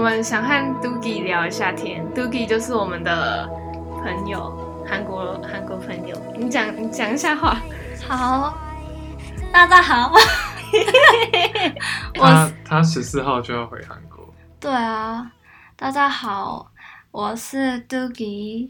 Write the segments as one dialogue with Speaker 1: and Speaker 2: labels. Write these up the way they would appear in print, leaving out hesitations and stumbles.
Speaker 1: 们想和 Doogie 聊一下天。Doogie 就是我们的朋友，韩国朋友。你讲一下话。
Speaker 2: 好，大家好。
Speaker 3: 他14号就要回韩国。
Speaker 2: 对啊，大家好，我是 Doogie。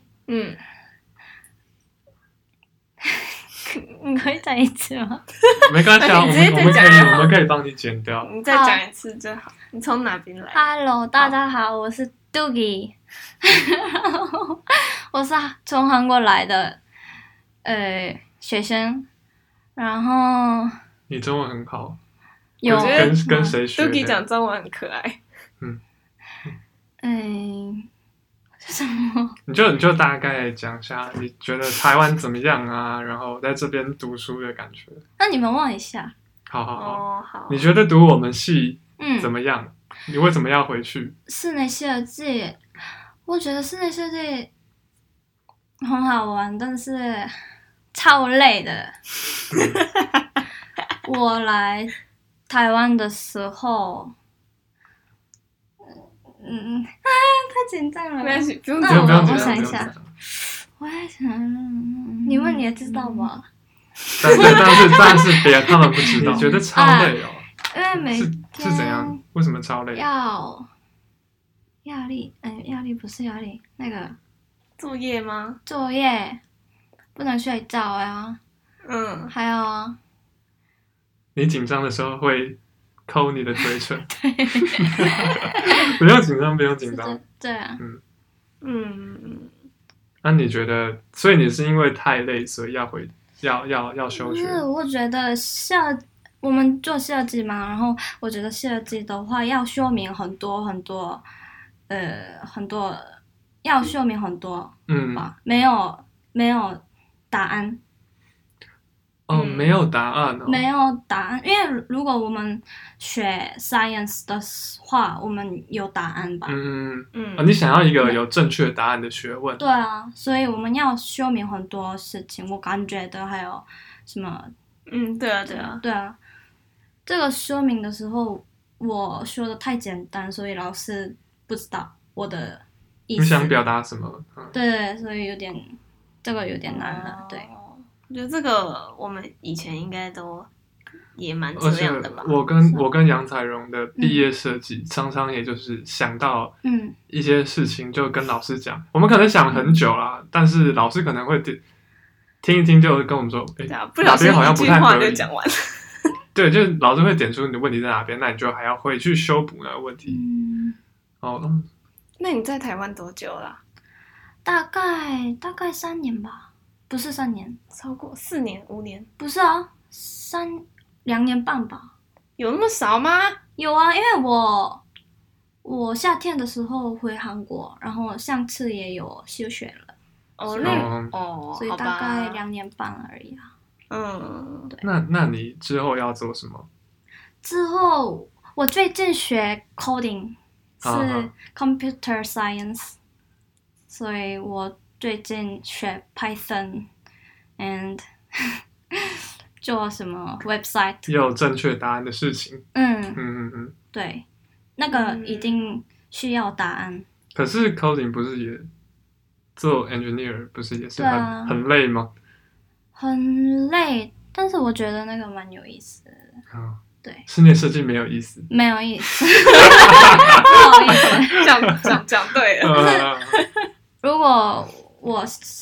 Speaker 2: 你可以再一次吗？
Speaker 3: 没关系啊，我们可以帮你剪掉。
Speaker 1: 你再讲一次就好。你从哪边来
Speaker 2: ？Hello， 大家好，我是 Doogie。我是从韩国来的学生，然后
Speaker 3: 你中文很好，
Speaker 2: 有
Speaker 3: 跟谁学的
Speaker 1: ？Doogie 讲中文很可爱。
Speaker 2: 什么？
Speaker 3: 你就大概讲一下，你觉得台湾怎么样啊？然后在这边读书的感觉。
Speaker 2: 那你们问一下。
Speaker 3: 好。你觉得读我们系怎么样？你为什么要回去？
Speaker 2: 室内设计，我觉得室内设计很好玩，但是超累的。我来台湾的时候，太紧张了。
Speaker 1: 没关系，不用
Speaker 3: 不用
Speaker 2: 我想一下。我在想，你们也知道吧？
Speaker 3: 但是别人他们不知道。你觉得超累哦？
Speaker 2: 因为每天
Speaker 3: 是怎样？为什么超累？
Speaker 2: 压力不是压力，那个
Speaker 1: 作业吗？
Speaker 2: 作业不能睡觉呀。还有
Speaker 3: 你紧张的时候会抠你的嘴唇。不用紧张。
Speaker 2: 对啊。
Speaker 3: 那你觉得，所以你是因为太累，所以要休学？
Speaker 2: 不是，我觉得我们做设计嘛，然后我觉得设计的话要说明很多，要说明很多吧，没有答案。
Speaker 3: 没有答案哦。
Speaker 2: 没有答案，因为如果我们学 science 的话，我们有答案吧。
Speaker 3: 你想要一个有正确答案的学问。
Speaker 2: 对啊，所以我们要说明很多事情，我感觉的还有什么？
Speaker 1: 对啊。
Speaker 2: 这个说明的时候，我说的太简单，所以老师不知道我的意思。
Speaker 3: 你想表达什么？
Speaker 2: 对，所以这个有点难了。对，
Speaker 1: 我觉得这个我们以前应该都也蛮这样的吧。
Speaker 3: 我跟杨彩荣的毕业设计，常常也就是想到一些事情就跟老师讲，我们可能想很久啦，但是老师可能会听一听就跟我们说，
Speaker 1: 不小心
Speaker 3: 好像不太合理，
Speaker 1: 就讲完了。
Speaker 3: 对，就是老师会点出你的问题在哪边，那你就还要回去修补那个问题。
Speaker 1: 那你在台湾多久啦？
Speaker 2: 大概3年吧，不是3年，
Speaker 1: 超过4年5年？
Speaker 2: 不是啊，2年半吧。
Speaker 1: 有那么少吗？
Speaker 2: 有啊，因为我夏天的时候回韩国，然后上次也有休学了。所以大概2年半而已啊。
Speaker 1: 对。
Speaker 3: 那你之后要做什么？
Speaker 2: 之后我最近学 coding 是 computer science，所以我最近学 Python and 做什么 website。
Speaker 3: 有正确答案的事情。
Speaker 2: 对，那个一定需要答案。
Speaker 3: 可是 coding 不是也做 engineer 不是也是很累吗？
Speaker 2: 很累，但是我觉得那个蛮有意思的。对，
Speaker 3: 室内设计没有意思。
Speaker 2: 没有意思。不好意思，
Speaker 1: 讲对了。
Speaker 2: 如果我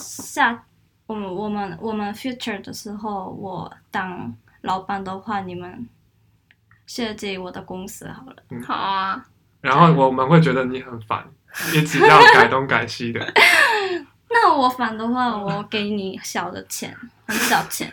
Speaker 2: 们 future 的时候，我当老板的话，你们设计我的公司好了。
Speaker 1: 好啊。
Speaker 3: 然后我们会觉得你很烦，一直要改东改西的。
Speaker 2: 那我烦的话，我给你小的钱，很小钱。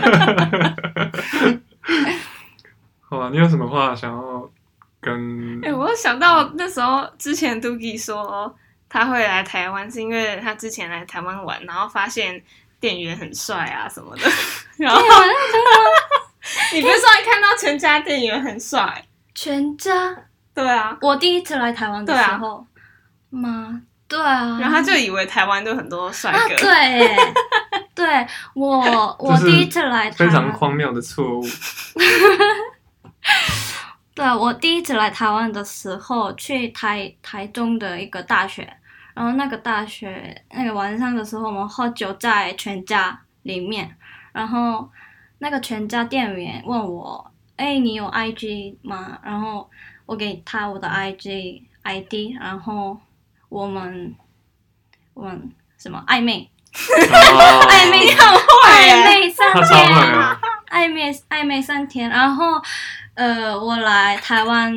Speaker 3: 好啊，你有什么话想要跟？
Speaker 1: 我想到那时候之前 Doogie 说他会来台湾，是因为他之前来台湾玩，然后发现店员很帅啊什么的。然后你不是说你看到全家店员很帅？
Speaker 2: 全家？对啊，我第一次来台湾的时候，对啊，
Speaker 1: 然后他就以为台湾都很多帅哥。
Speaker 2: 对，对我第一次来台湾，
Speaker 3: 非常荒谬的错误。
Speaker 2: 对， 对啊，我第一次来台湾的时候，去台中的一个大学，然后那个大学那个晚上的时候，我们喝酒在全家里面，然后那个全家店员问我，哎，你有 IG 吗？然后我给他我的 IG ID，然后我们什么暧昧，暧昧暧昧3天，暧昧3天，然后我来台湾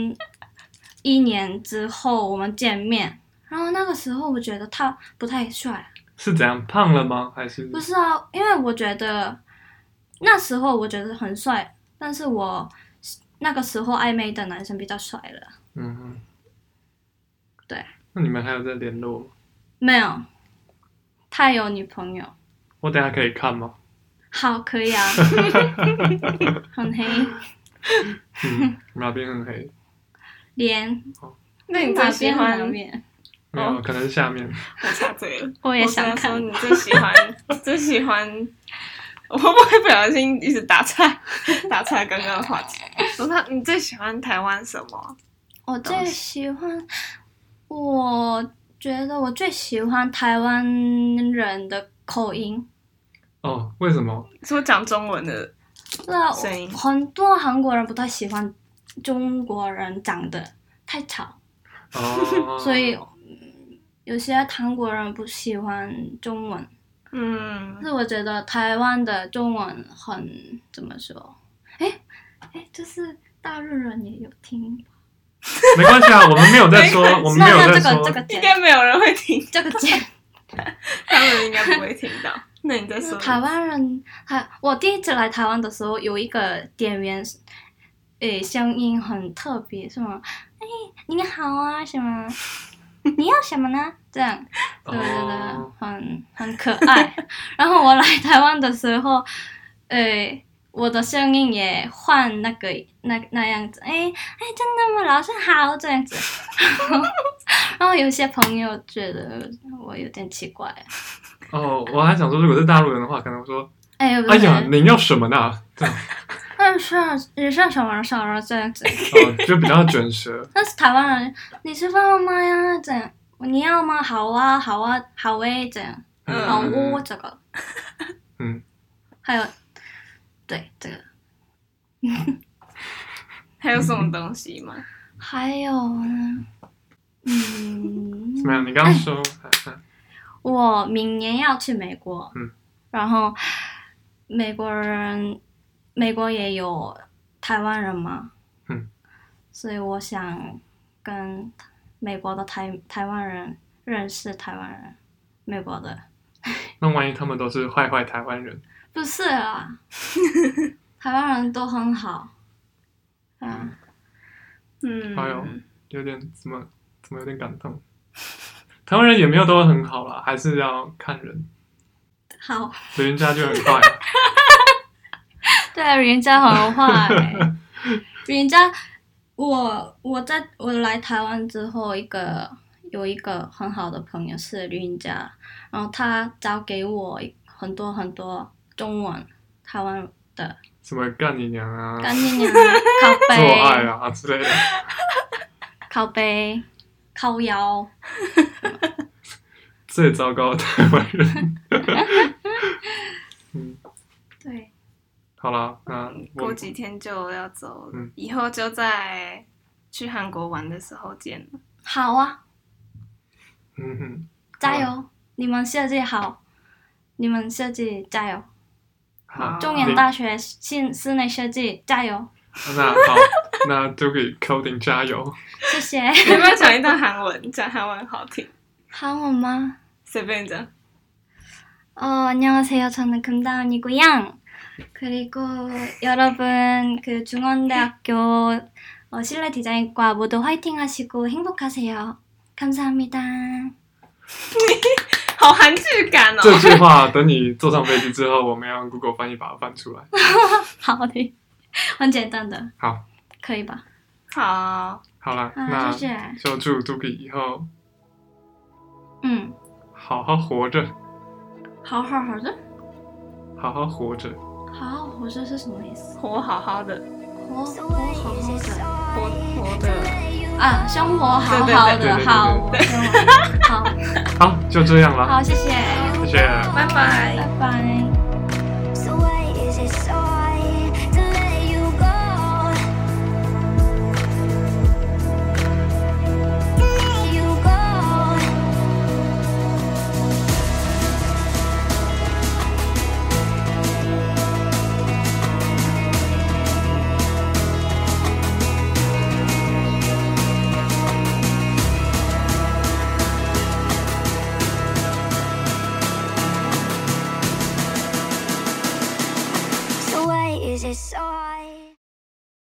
Speaker 2: 1年之后我们见面，然后那个时候我觉得他不太帅。
Speaker 3: 是怎样胖了吗？还是
Speaker 2: 不是啊？因为我觉得那时候我觉得很帅，但是我那个时候暧昧的男生比较帅了。
Speaker 3: 嗯，
Speaker 2: 对。
Speaker 3: 那你们还有在联络吗？
Speaker 2: 没有，他有女朋友。
Speaker 3: 我等一下可以看吗？
Speaker 2: 好，可以啊。很黑。
Speaker 3: 哪边很黑？
Speaker 2: 脸。
Speaker 1: 那你最喜欢
Speaker 2: 哪边？
Speaker 3: 没有，可能是下面。
Speaker 1: 我插嘴了。
Speaker 2: 我也想看。
Speaker 1: 说你最喜欢，我会不会不小心一直打岔刚刚的话题？说你最喜欢台湾什么？
Speaker 2: 我最喜欢，我觉得我最喜欢台湾人的口音。
Speaker 3: 哦，为什么？
Speaker 1: 说讲中文的声音。
Speaker 2: 很多韩国人不太喜欢中国人讲的太吵。
Speaker 3: 哦。
Speaker 2: 所以有些韩国人不喜欢中文。但是我觉得台湾的中文很怎么说？就是大陆人也有听。
Speaker 3: 没关系啊，我们没有在说，我们没有在说，
Speaker 1: 应该没有人会听
Speaker 2: 这个键，
Speaker 1: 他们应该不会听到。那你在说
Speaker 2: 台湾人？我第一次来台湾的时候，有一个店员，声音很特别，什么你好啊，什么你要什么呢？这样，对，很可爱。然后我来台湾的时候，我的声音也换那样子，真的吗？老师好，这样子。然后有些朋友觉得我有点奇怪。
Speaker 3: 哦，我还想说，如果是大陆人的话，可能说，
Speaker 2: 哎呀，
Speaker 3: 您要什么呢？这样。
Speaker 2: 你是什么少了这样子？
Speaker 3: 就比较卷舌。
Speaker 2: 但是台湾人，你吃饭了吗呀？这样，你要吗？好啊，好啊，好诶，这样，好哦，这个。还有。对这个，
Speaker 1: 还有什么东西吗？
Speaker 2: 还有呢，
Speaker 3: 怎么样？你刚刚说，
Speaker 2: 我明年要去美国，然后美国也有台湾人嘛，所以我想跟美国的台湾人认识台湾人，美国的。
Speaker 3: 那万一他们都是坏台湾人？
Speaker 2: 不是啊，台湾人都很好。
Speaker 3: 哎呦，有点怎么有点感动。台湾人也没有都很好啦，还是要看人。
Speaker 2: 好，
Speaker 3: 人家就很坏。
Speaker 2: 对啊，人家很坏。人家，我来台湾之后，有一个很好的朋友是人家，然后他教给我很多很多中文，台湾的。
Speaker 3: 什么干你娘啊！
Speaker 2: 干你娘！靠背。
Speaker 3: 做爱啊之类的。
Speaker 2: 靠背，靠腰。
Speaker 3: 最糟糕的台湾人。
Speaker 2: 对。
Speaker 3: 好啦，那
Speaker 1: 过几天就要走，以后就在去韩国玩的时候见了。
Speaker 2: 好啊。加油！你们设计好，你们设计加油！
Speaker 3: 好，
Speaker 2: 中原大学室内设计加油！
Speaker 3: 那好，那就给 coding 加油！
Speaker 2: 谢谢。
Speaker 1: 你要不要讲一段韓文？讲韩文好听。
Speaker 2: 韩文吗？
Speaker 1: 随便讲。
Speaker 2: 안녕하세요. 저는 금다은이고요. 그리고 여러분 그 중원대학교 실내 디자인과 모두 화이팅 하시고 행복하세요. 감사합니다.
Speaker 1: 好韩剧感哦！
Speaker 3: 这句话等你坐上飞机之后，我们要用 Google 翻译把它翻出来。
Speaker 2: 好的，很简单的。
Speaker 3: 好，
Speaker 2: 可以吧？
Speaker 1: 好。
Speaker 3: 好了，那就祝 Duki 以后，好好活着。
Speaker 2: 好好活着。
Speaker 3: 好好活着。
Speaker 2: 好好活着是什么意思？
Speaker 1: 活好好的。
Speaker 2: 活好好的。
Speaker 1: 活活的
Speaker 2: 生活好好的，好，好，
Speaker 3: 好，就这样了。
Speaker 2: 好，谢谢，
Speaker 3: 谢谢，
Speaker 1: 拜拜，
Speaker 2: 拜拜。